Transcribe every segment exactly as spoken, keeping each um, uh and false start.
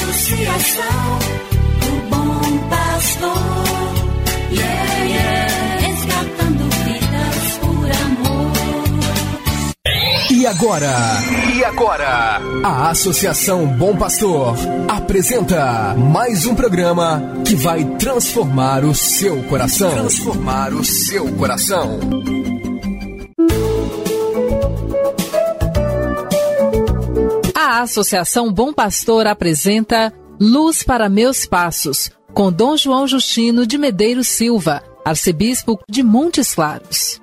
Associação do Bom Pastor, yeah, yeah, resgatando vidas por amor. E agora, e agora, a Associação Bom Pastor apresenta mais um programa que vai transformar o seu coração. Transformar o seu coração. A Associação Bom Pastor apresenta Luz para Meus Passos, com Dom João Justino de Medeiros Silva, arcebispo de Montes Claros.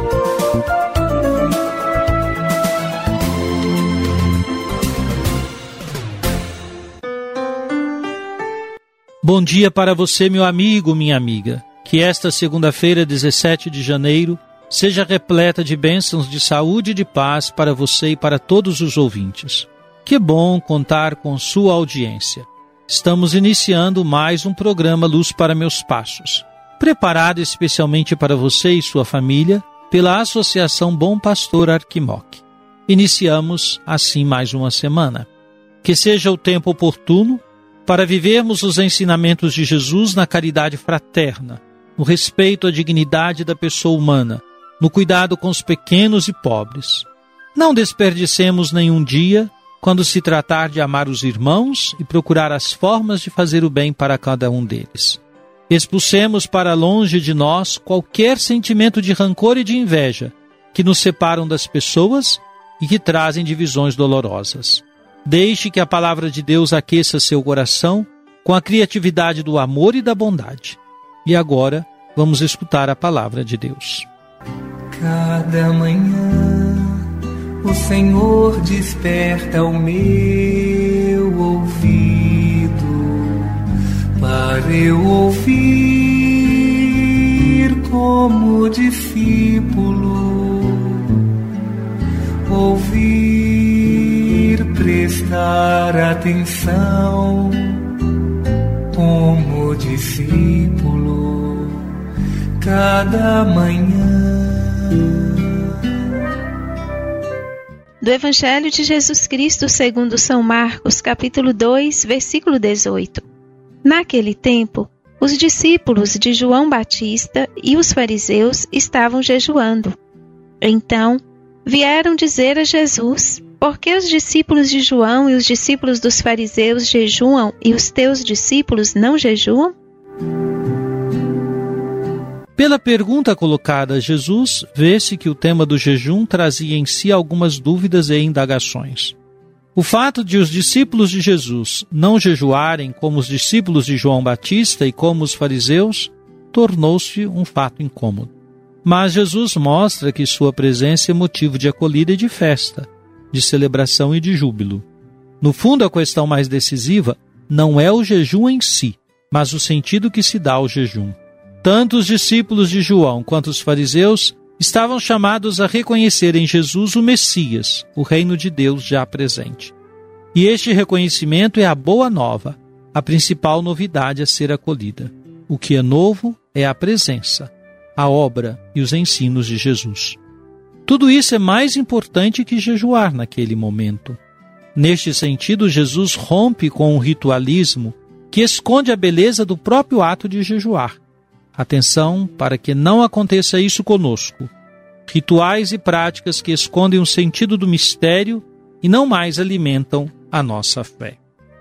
Bom dia para você, meu amigo, minha amiga. Que esta segunda-feira, dezessete de janeiro, seja repleta de bênçãos de saúde e de paz para você e para todos os ouvintes. Que bom contar com sua audiência. Estamos iniciando mais um programa Luz para Meus Passos, preparado especialmente para você e sua família pela Associação Bom Pastor Arquimoc. Iniciamos assim mais uma semana. Que seja o tempo oportuno para vivermos os ensinamentos de Jesus na caridade fraterna, no respeito à dignidade da pessoa humana, no cuidado com os pequenos e pobres. Não desperdicemos nenhum dia quando se tratar de amar os irmãos e procurar as formas de fazer o bem para cada um deles. Expulsemos para longe de nós qualquer sentimento de rancor e de inveja que nos separam das pessoas e que trazem divisões dolorosas. Deixe que a palavra de Deus aqueça seu coração com a criatividade do amor e da bondade. E agora, vamos escutar a palavra de Deus. Cada manhã o Senhor desperta o meu ouvido para eu ouvir como discípulo, ouvir, prestar atenção como discípulo, cada manhã. Do Evangelho de Jesus Cristo segundo São Marcos, capítulo dois, versículo dezoito. Naquele tempo, os discípulos de João Batista e os fariseus estavam jejuando. Então, vieram dizer a Jesus: por que os discípulos de João e os discípulos dos fariseus jejuam e os teus discípulos não jejuam? Pela pergunta colocada a Jesus, vê-se que o tema do jejum trazia em si algumas dúvidas e indagações. O fato de os discípulos de Jesus não jejuarem como os discípulos de João Batista e como os fariseus, tornou-se um fato incômodo. Mas Jesus mostra que sua presença é motivo de acolhida e de festa, de celebração e de júbilo. No fundo, a questão mais decisiva não é o jejum em si, mas o sentido que se dá ao jejum. Tanto os discípulos de João quanto os fariseus estavam chamados a reconhecer em Jesus o Messias, o reino de Deus já presente. E este reconhecimento é a boa nova, a principal novidade a ser acolhida. O que é novo é a presença, a obra e os ensinos de Jesus. Tudo isso é mais importante que jejuar naquele momento. Neste sentido, Jesus rompe com o ritualismo que esconde a beleza do próprio ato de jejuar. Atenção para que não aconteça isso conosco. Rituais e práticas que escondem o sentido do mistério e não mais alimentam a nossa fé.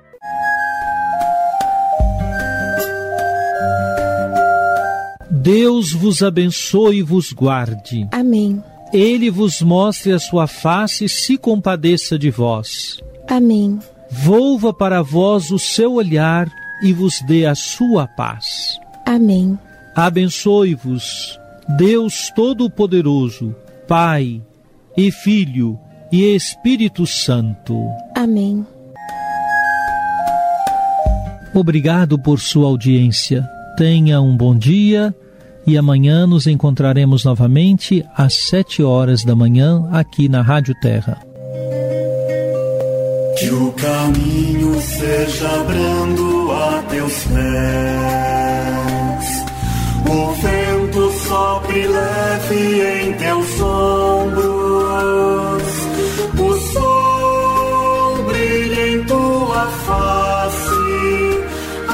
Deus vos abençoe e vos guarde. Amém. Ele vos mostre a sua face e se compadeça de vós. Amém. Volva para vós o seu olhar e vos dê a sua paz. Amém. Abençoe-vos, Deus Todo-Poderoso, Pai e Filho e Espírito Santo. Amém. Obrigado por sua audiência. Tenha um bom dia e amanhã nos encontraremos novamente às sete horas da manhã aqui na Rádio Terra. Que o caminho seja brando a teus pés, o vento sopre leve em teus ombros, o sol brilha em tua face,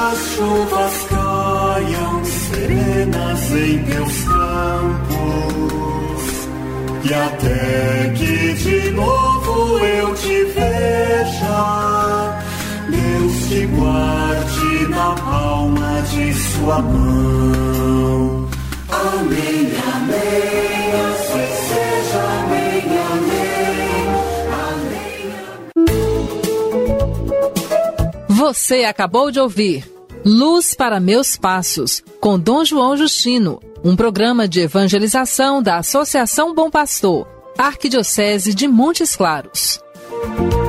as chuvas caiam serenas em teus campos, e até que de novo eu te veja, Deus te guarde na palma de sua mão. Amém, amém, assim seja, amém, amém, amém. Você acabou de ouvir Luz para Meus Passos, com Dom João Justino, um programa de evangelização da Associação Bom Pastor, Arquidiocese de Montes Claros.